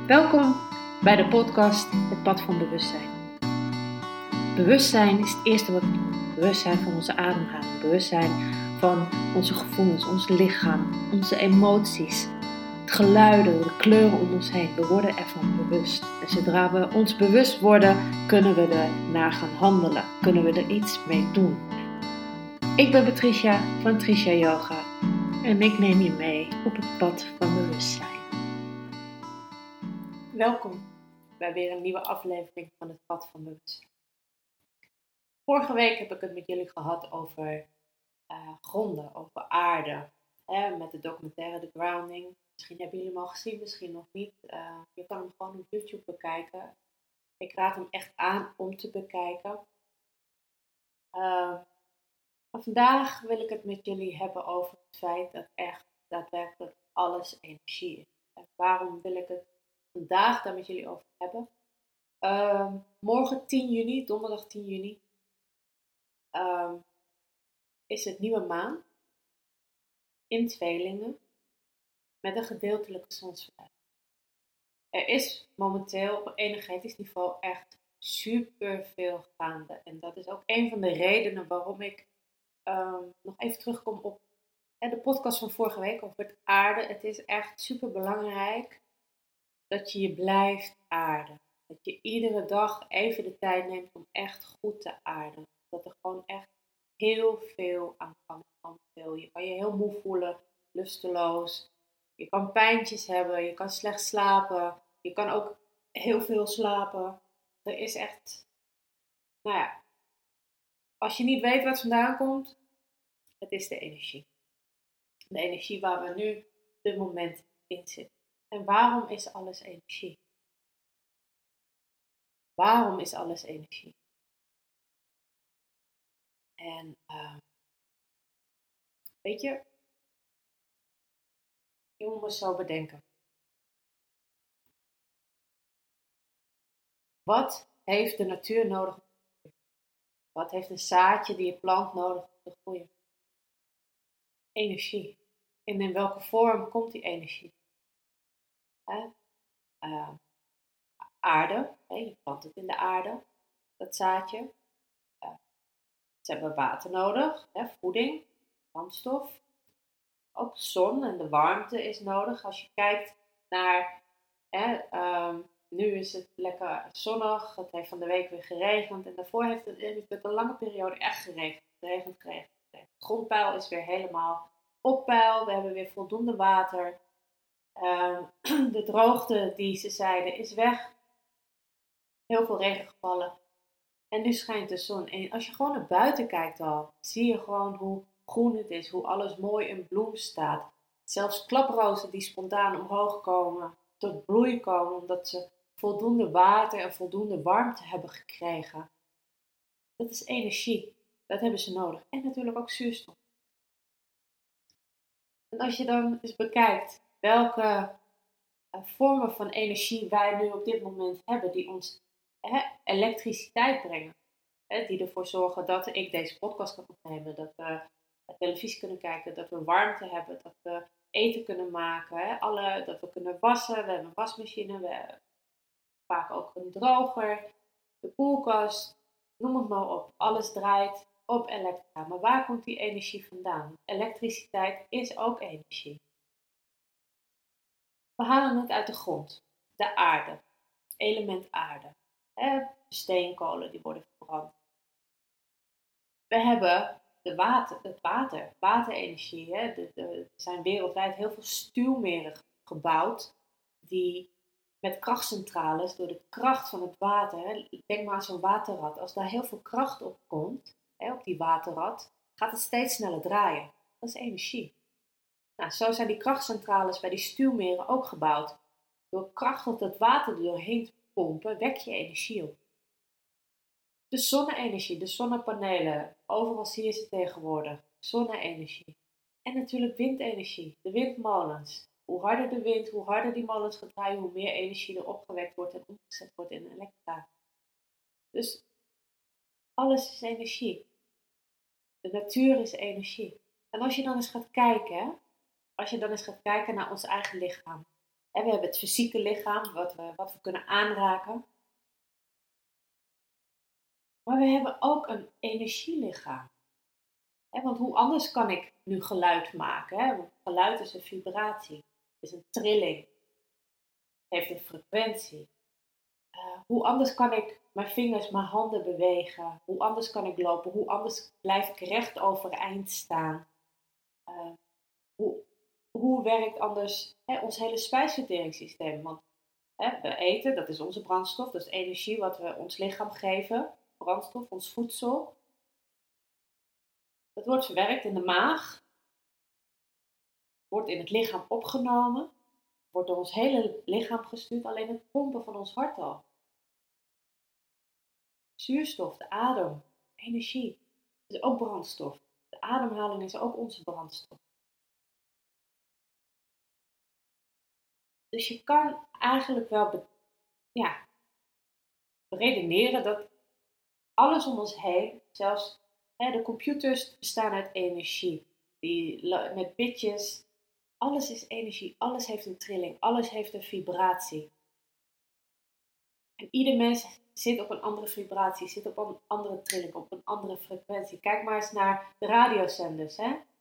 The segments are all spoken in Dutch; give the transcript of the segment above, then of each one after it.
Welkom bij de podcast Het Pad van Bewustzijn. Bewustzijn is het eerste wat we doen. Bewustzijn van onze ademhaling, bewustzijn van onze gevoelens, ons lichaam, onze emoties, het geluiden, de kleuren om ons heen. We worden ervan bewust. En zodra we ons bewust worden, kunnen we er naar gaan handelen. Kunnen we er iets mee doen. Ik ben Patricia van Trisha Yoga en ik neem je mee op het pad van bewustzijn. Welkom bij weer een nieuwe aflevering van het Pad van Bewustzijn. Vorige week heb ik het met jullie gehad over gronden, over aarde. Met de documentaire The Grounding. Misschien hebben jullie hem al gezien, misschien nog niet. Je kan hem gewoon op YouTube bekijken. Ik raad hem echt aan om te bekijken. Maar vandaag wil ik het met jullie hebben over het feit dat echt daadwerkelijk alles energie is. En waarom wil ik het vandaag daar met jullie over hebben? Morgen 10 juni, donderdag 10 juni, is het nieuwe maan in tweelingen met een gedeeltelijke zonsverduistering. Er is momenteel op energetisch niveau echt super veel gaande. En dat is ook een van de redenen waarom ik nog even terugkom op de podcast van vorige week over het aarde. Het is echt super belangrijk dat je je blijft aarden. Dat je iedere dag even de tijd neemt om echt goed te aarden. Dat er gewoon echt heel veel aan kan. Je kan je heel moe voelen, lusteloos. Je kan pijntjes hebben, je kan slecht slapen. Je kan ook heel veel slapen. Er is echt, als je niet weet waar het vandaan komt, het is de energie. De energie waar we nu op dit moment in zitten. En waarom is alles energie? Waarom is alles energie? En weet je moet me zo bedenken. Wat heeft de natuur nodig om te groeien? Wat heeft een zaadje die je plant nodig om te groeien? Energie. En in welke vorm komt die energie? Aarde. Je plant het in de aarde, dat zaadje. Ze hebben water nodig, voeding, brandstof. Ook de zon en de warmte is nodig. Als je kijkt naar, nu is het lekker zonnig, het heeft van de week weer geregend. En daarvoor heeft het een lange periode echt geregend. De grondpeil is weer helemaal op peil, we hebben weer voldoende water. De droogte die ze zeiden is weg. Heel veel regen gevallen. En nu schijnt de zon. En als je gewoon naar buiten kijkt al, zie je gewoon hoe groen het is. Hoe alles mooi in bloem staat. Zelfs klaprozen die spontaan omhoog komen, tot bloei komen, omdat ze voldoende water en voldoende warmte hebben gekregen. Dat is energie. Dat hebben ze nodig. En natuurlijk ook zuurstof. En als je dan eens bekijkt welke vormen van energie wij nu op dit moment hebben, die ons elektriciteit brengen. Die ervoor zorgen dat ik deze podcast kan opnemen, dat we televisie kunnen kijken, dat we warmte hebben, dat we eten kunnen maken, dat we kunnen wassen. We hebben een wasmachine, we hebben vaak ook een droger, de koelkast, noem het maar op. Alles draait op elektra. Maar waar komt die energie vandaan? Elektriciteit is ook energie. We halen het uit de grond, de aarde, element aarde. De steenkolen die worden verbrand. We hebben het water, waterenergie. Er zijn wereldwijd heel veel stuwmeren gebouwd die met krachtcentrales, door de kracht van het water, denk maar aan zo'n waterrad, als daar heel veel kracht op komt, op die waterrad, gaat het steeds sneller draaien. Dat is energie. Nou, zo zijn die krachtcentrales bij die stuwmeren ook gebouwd. Door krachtig dat water er doorheen te pompen, wek je energie op. De zonne-energie, de zonnepanelen, overal zie je ze tegenwoordig. Zonne-energie. En natuurlijk windenergie, de windmolens. Hoe harder de wind, hoe harder die molens gaan draaien, hoe meer energie er opgewekt wordt en omgezet wordt in elektra. Dus alles is energie. De natuur is energie. En als je dan eens gaat kijken, naar ons eigen lichaam. En we hebben het fysieke lichaam, wat we kunnen aanraken. Maar we hebben ook een energielichaam. Want hoe anders kan ik nu geluid maken? Want geluid is een vibratie, is een trilling, heeft een frequentie. Hoe anders kan ik mijn vingers, mijn handen bewegen? Hoe anders kan ik lopen? Hoe anders blijf ik recht overeind staan? Hoe, hoe werkt anders ons hele spijsverteringssysteem? Want we eten, dat is onze brandstof, dat is energie wat we ons lichaam geven. Brandstof, ons voedsel. Dat wordt verwerkt in de maag, wordt in het lichaam opgenomen, wordt door ons hele lichaam gestuurd, alleen het pompen van ons hart al. Zuurstof, de adem, energie, is ook brandstof. De ademhaling is ook onze brandstof. Dus je kan eigenlijk wel beredeneren dat alles om ons heen, zelfs de computers bestaan uit energie. Met bitjes, alles is energie, alles heeft een trilling, alles heeft een vibratie. En ieder mens zit op een andere vibratie, zit op een andere trilling, op een andere frequentie. Kijk maar eens naar de radiozenders.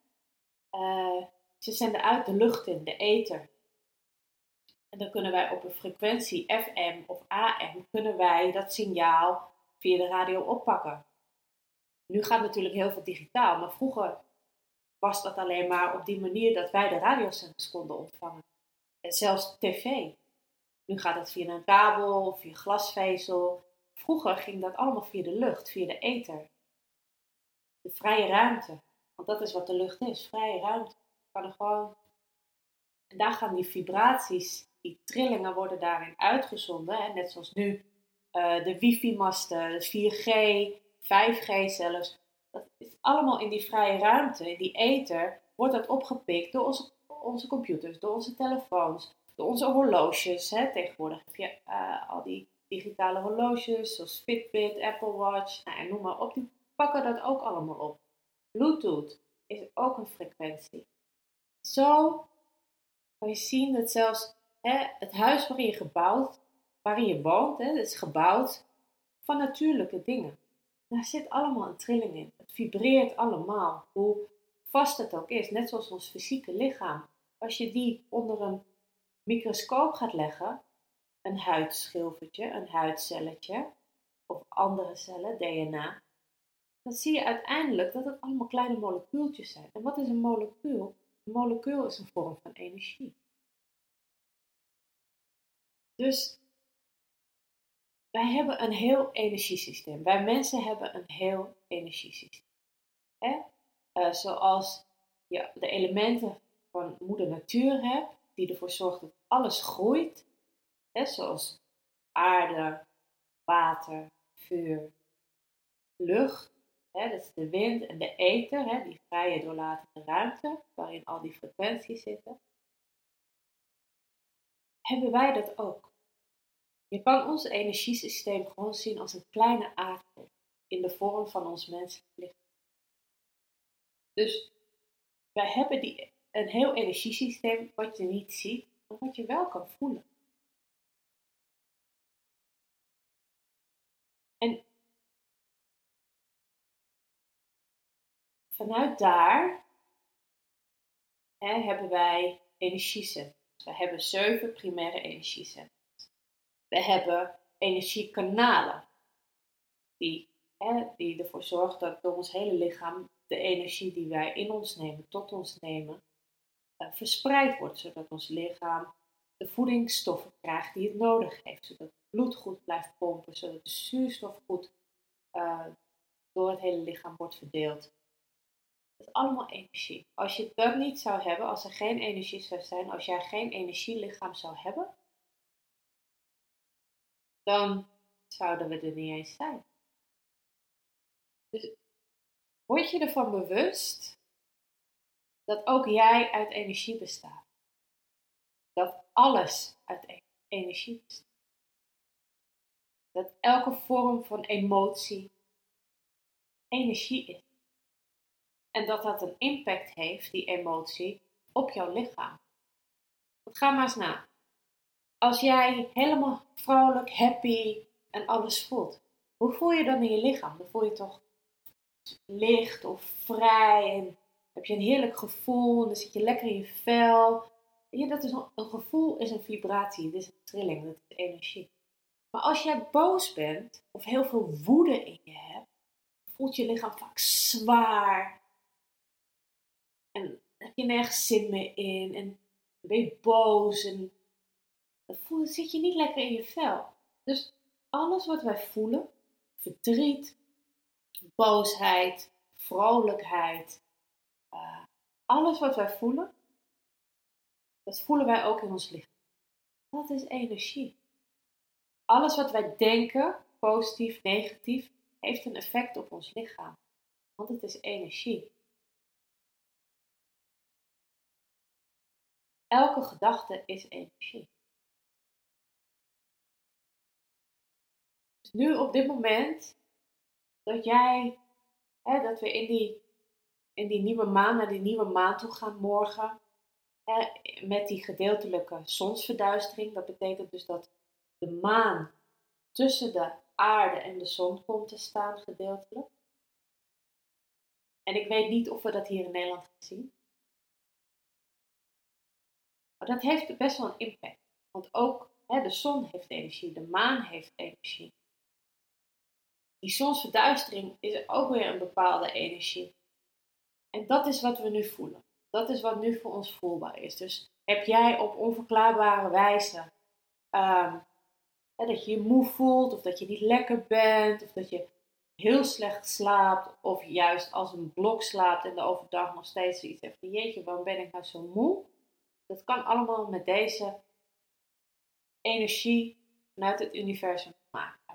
Ze zenden uit de lucht in, de ether. En dan kunnen wij op een frequentie FM of AM, kunnen wij dat signaal via de radio oppakken. Nu gaat natuurlijk heel veel digitaal, maar vroeger was dat alleen maar op die manier dat wij de radiozenders konden ontvangen. En zelfs tv. Nu gaat het via een kabel of via glasvezel. Vroeger ging dat allemaal via de lucht, via de ether. De vrije ruimte. Want dat is wat de lucht is, vrije ruimte. Kan er gewoon... En daar gaan die vibraties, die trillingen worden daarin uitgezonden. Net zoals nu de wifi-masten, 4G, 5G zelfs. Dat is allemaal in die vrije ruimte, in die ether, wordt dat opgepikt door onze computers, door onze telefoons, door onze horloges. Tegenwoordig heb je al die digitale horloges, zoals Fitbit, Apple Watch, en noem maar op. Die pakken dat ook allemaal op. Bluetooth is ook een frequentie. Zo kan je zien dat zelfs het huis waarin je woont, dat is gebouwd van natuurlijke dingen. Daar zit allemaal een trilling in. Het vibreert allemaal, hoe vast het ook is, net zoals ons fysieke lichaam. Als je die onder een microscoop gaat leggen, een huidschilfertje, een huidcelletje of andere cellen, DNA, dan zie je uiteindelijk dat het allemaal kleine molecuultjes zijn. En wat is een molecuul? Een molecuul is een vorm van energie. Dus wij hebben een heel energiesysteem. Wij mensen hebben een heel energiesysteem. Zoals je de elementen van moeder natuur hebt, die ervoor zorgt dat alles groeit. Zoals aarde, water, vuur, lucht. Dat is de wind en de ether, die vrije doorlatende ruimte, waarin al die frequenties zitten. Hebben wij dat ook? Je kan ons energiesysteem gewoon zien als een kleine aardbol in de vorm van ons menselijk lichaam. Dus wij hebben een heel energiesysteem wat je niet ziet, maar wat je wel kan voelen. En vanuit daar hebben wij energiecenters. We hebben 7 primaire energiecenters. We hebben energiekanalen die ervoor zorgen dat door ons hele lichaam de energie die wij in ons nemen, tot ons nemen, verspreid wordt. Zodat ons lichaam de voedingsstoffen krijgt die het nodig heeft. Zodat het bloed goed blijft pompen. Zodat de zuurstof goed door het hele lichaam wordt verdeeld. Dat is allemaal energie. Als je dat niet zou hebben, als er geen energie zou zijn, als jij geen energielichaam zou hebben, dan zouden we er niet eens zijn. Dus word je ervan bewust dat ook jij uit energie bestaat. Dat alles uit energie bestaat. Dat elke vorm van emotie energie is. En dat dat een impact heeft, die emotie, op jouw lichaam. Want ga maar eens na. als jij helemaal vrolijk, happy en alles voelt, hoe voel je dan in je lichaam? Dan voel je toch licht of vrij en heb je een heerlijk gevoel en dan zit je lekker in je vel. Ja, dat is een gevoel is een vibratie, het is een trilling, dat is energie. Maar als jij boos bent of heel veel woede in je hebt, voelt je lichaam vaak zwaar en heb je nergens zin meer in en ben je boos en dan zit je niet lekker in je vel. Dus alles wat wij voelen, verdriet, boosheid, vrolijkheid, alles wat wij voelen, dat voelen wij ook in ons lichaam. Dat is energie. Alles wat wij denken, positief, negatief, heeft een effect op ons lichaam. Want het is energie. Elke gedachte is energie. Dus nu op dit moment dat dat we in die nieuwe maan, naar die nieuwe maan toe gaan morgen. Met die gedeeltelijke zonsverduistering. Dat betekent dus dat de maan tussen de aarde en de zon komt te staan gedeeltelijk. En ik weet niet of we dat hier in Nederland gaan zien. Maar dat heeft best wel een impact. Want ook de zon heeft energie, de maan heeft energie. Die zonsverduistering is ook weer een bepaalde energie. En dat is wat we nu voelen. Dat is wat nu voor ons voelbaar is. Dus heb jij op onverklaarbare wijze dat je je moe voelt, of dat je niet lekker bent, of dat je heel slecht slaapt, of juist als een blok slaapt en de overdag nog steeds iets hebt van jeetje, waarom ben ik nou zo moe? Dat kan allemaal met deze energie vanuit het universum te maken hebben.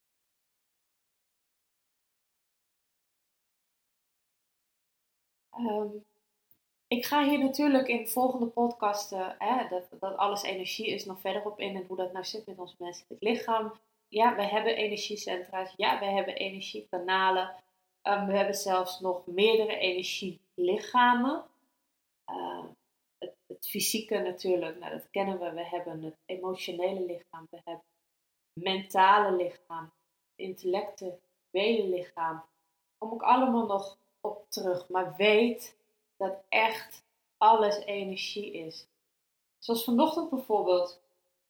Ik ga hier natuurlijk in de volgende podcasten, dat alles energie is, nog verder op in en hoe dat nou zit met ons menselijk lichaam. Ja, we hebben energiecentra's, ja, we hebben energiekanalen. We hebben zelfs nog meerdere energielichamen. Het fysieke natuurlijk, nou, dat kennen we. We hebben het emotionele lichaam, we hebben het mentale lichaam, het intellectuele lichaam. Kom ik allemaal nog op terug, maar weet dat echt alles energie is. Zoals vanochtend bijvoorbeeld.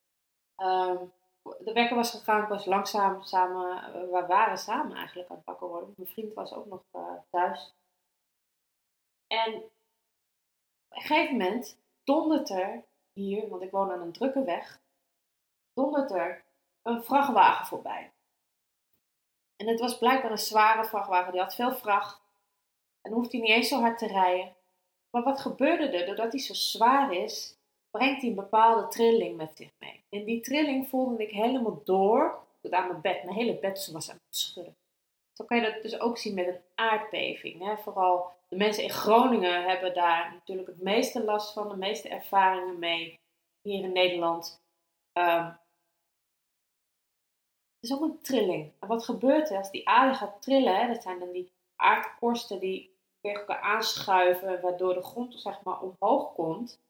De wekker was gegaan, ik was langzaam samen, we waren samen eigenlijk aan het wakker worden. Mijn vriend was ook nog thuis. En op een gegeven moment dondert er hier, want ik woon aan een drukke weg, dondert er een vrachtwagen voorbij. En het was blijkbaar een zware vrachtwagen, die had veel vracht. En hoeft hij niet eens zo hard te rijden. Maar wat gebeurde er? Doordat hij zo zwaar is, brengt hij een bepaalde trilling met zich mee. En die trilling voelde ik helemaal door tot aan mijn bed. Mijn hele bed was aan het schudden. Zo kan je dat dus ook zien met een aardbeving. Hè? Vooral de mensen in Groningen hebben daar natuurlijk het meeste last van, de meeste ervaringen mee. Hier in Nederland. Het is ook een trilling. En wat gebeurt er als die aarde gaat trillen? Hè? Dat zijn dan die aardkorsten die tegen elkaar aanschuiven, waardoor de grond zeg maar omhoog komt.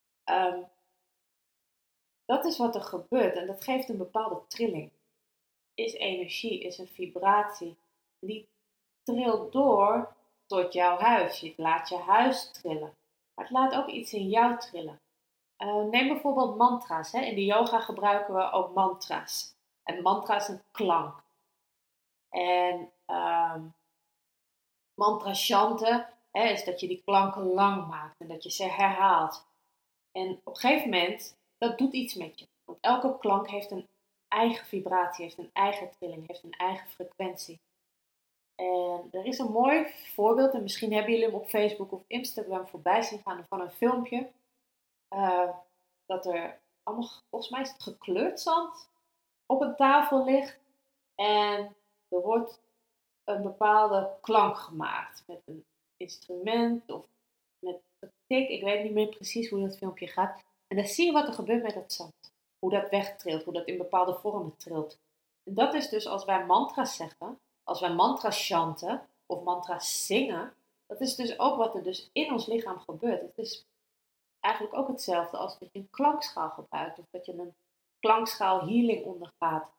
Dat is wat er gebeurt en dat geeft een bepaalde trilling. Is energie, is een vibratie. Die trilt door tot jouw huis. Je laat je huis trillen. Maar het laat ook iets in jou trillen. Neem bijvoorbeeld mantra's. Hè. In de yoga gebruiken we ook mantra's. En mantra is een klank. En mantra chanten is dat je die klanken lang maakt en dat je ze herhaalt. En op een gegeven moment, dat doet iets met je. Want elke klank heeft een eigen vibratie, heeft een eigen trilling, heeft een eigen frequentie. En er is een mooi voorbeeld, en misschien hebben jullie hem op Facebook of Instagram voorbij zien gaan van een filmpje. Dat er allemaal, volgens mij is het gekleurd zand, op een tafel ligt. En er wordt een bepaalde klank gemaakt met een instrument of met een tik. Ik weet niet meer precies hoe dat filmpje gaat. En dan zie je wat er gebeurt met dat zand. Hoe dat wegtrilt, hoe dat in bepaalde vormen trilt. En dat is dus als wij mantra's zeggen, als wij mantra's chanten of mantra's zingen. Dat is dus ook wat er dus in ons lichaam gebeurt. Het is eigenlijk ook hetzelfde als dat je een klankschaal gebruikt of dat je een klankschaal healing ondergaat.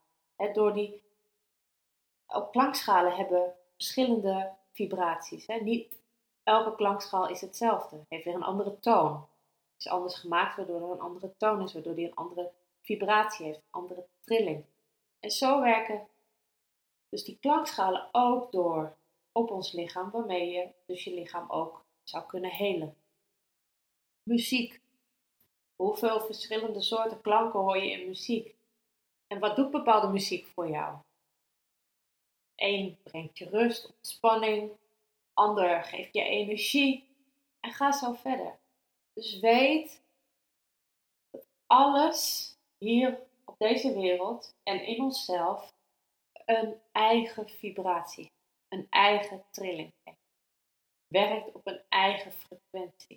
Ook klankschalen hebben verschillende vibraties. Niet elke klankschaal is hetzelfde. Heeft weer een andere toon. Is anders gemaakt waardoor er een andere toon is. Waardoor die een andere vibratie heeft. Een andere trilling. En zo werken dus die klankschalen ook door op ons lichaam. Waarmee je dus je lichaam ook zou kunnen helen. Muziek. Hoeveel verschillende soorten klanken hoor je in muziek? En wat doet bepaalde muziek voor jou? Eén brengt je rust, ontspanning. Ander geeft je energie. En ga zo verder. Dus weet dat alles hier op deze wereld en in onszelf een eigen vibratie heeft. Een eigen trilling heeft. Werkt op een eigen frequentie.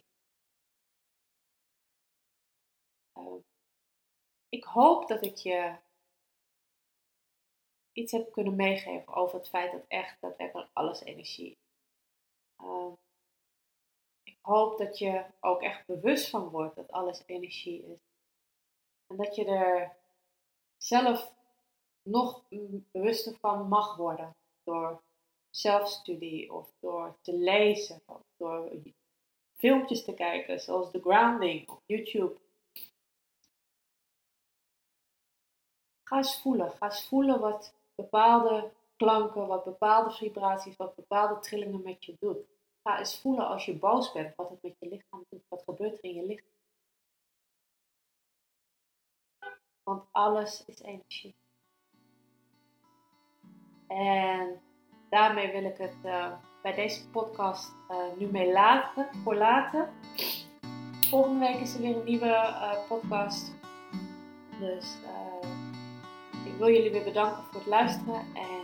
Ik hoop dat ik je iets heb kunnen meegeven over het feit dat echt daadwerkelijk alles energie is. Ik hoop dat je ook echt bewust van wordt dat alles energie is. En dat je er zelf nog bewuster van mag worden. Door zelfstudie of door te lezen. Of door filmpjes te kijken zoals The Grounding op YouTube. Ga eens voelen wat bepaalde klanken, wat bepaalde vibraties, wat bepaalde trillingen met je doet. Ga eens voelen als je boos bent, wat het met je lichaam doet. Wat gebeurt er in je lichaam? Want alles is energie. En daarmee wil ik het bij deze podcast nu mee laten. Volgende week is er weer een nieuwe podcast. Dus ik wil jullie weer bedanken voor het luisteren. En